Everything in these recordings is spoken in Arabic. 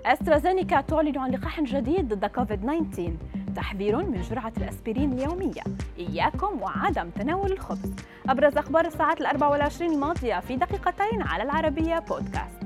أسترازينيكا تعلن عن لقاح جديد ضد كوفيد-19. تحذير من جرعة الأسبرين اليومية. إياكم وعدم تناول الخبز. أبرز أخبار الساعات 24 الماضية في دقيقتين على العربية بودكاست.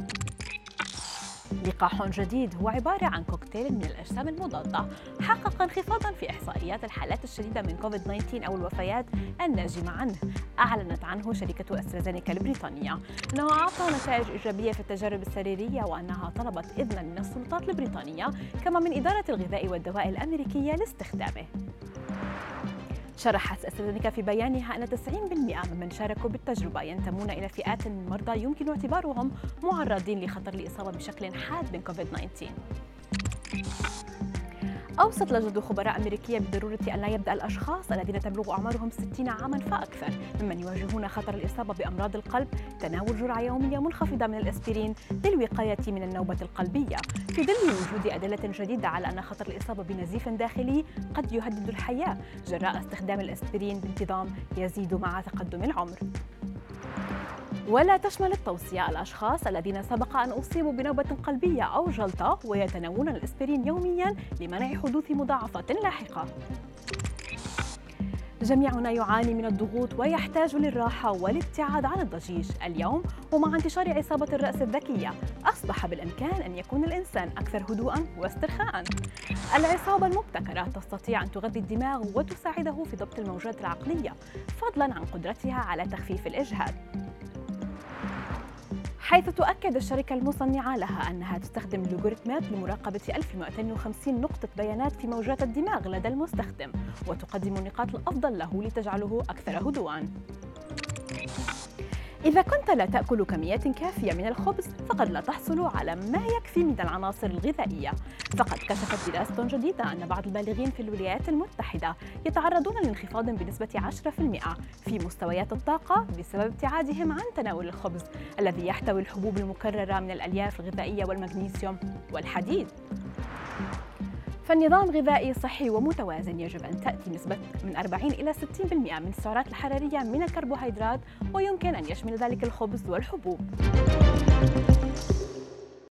لقاح جديد هو عبارة عن كوكتيل من الأجسام المضادة حقق انخفاضاً في إحصائيات الحالات الشديدة من كوفيد-19 أو الوفيات الناجمة عنه. أعلنت عنه شركة أسترازينيكا البريطانية أنه أعطى نتائج إيجابية في التجارب السريرية وأنها طلبت إذناً من السلطات البريطانية كما من إدارة الغذاء والدواء الأمريكية لاستخدامه. شرحت أسترازينيكا في بيانها أن 90% ممن شاركوا بالتجربة ينتمون إلى فئات من المرضى يمكن اعتبارهم معرضين لخطر الإصابة بشكل حاد من كوفيد-19. أوصت لجنة خبراء أمريكية بضرورة أن لا يبدأ الأشخاص الذين تبلغ أعمارهم 60 عاماً فأكثر ممن يواجهون خطر الإصابة بأمراض القلب تناول جرعة يومية منخفضة من الأسبرين للوقاية من النوبة القلبية، في ظل وجود أدلة جديدة على أن خطر الإصابة بنزيف داخلي قد يهدد الحياة جراء استخدام الأسبرين بانتظام يزيد مع تقدم العمر. ولا تشمل التوصية الأشخاص الذين سبق أن أصيبوا بنوبة قلبية أو جلطة ويتناولون الأسبرين يومياً لمنع حدوث مضاعفات لاحقة. جميعنا يعاني من الضغوط ويحتاج للراحة والابتعاد عن الضجيج اليوم، ومع انتشار عصابة الرأس الذكية أصبح بالإمكان أن يكون الإنسان أكثر هدوءاً واسترخاءً. العصابة المبتكرة تستطيع أن تغذي الدماغ وتساعده في ضبط الموجات العقلية فضلاً عن قدرتها على تخفيف الإجهاد، حيث تؤكد الشركة المصنعة لها أنها تستخدم لوغاريتمات لمراقبة 1250 نقطة بيانات في موجات الدماغ لدى المستخدم وتقدم النقاط الأفضل له لتجعله أكثر هدوءاً. إذا كنت لا تأكل كميات كافية من الخبز فقد لا تحصل على ما يكفي من العناصر الغذائية. فقد كشفت دراسة جديدة أن بعض البالغين في الولايات المتحدة يتعرضون لانخفاض بنسبة 10% في مستويات الطاقة بسبب ابتعادهم عن تناول الخبز الذي يحتوي الحبوب المكررة من الألياف الغذائية والمغنيسيوم والحديد. فالنظام غذائي صحي ومتوازن يجب أن تأتي نسبة من 40 إلى 60% من السعرات الحرارية من الكربوهيدرات، ويمكن أن يشمل ذلك الخبز والحبوب.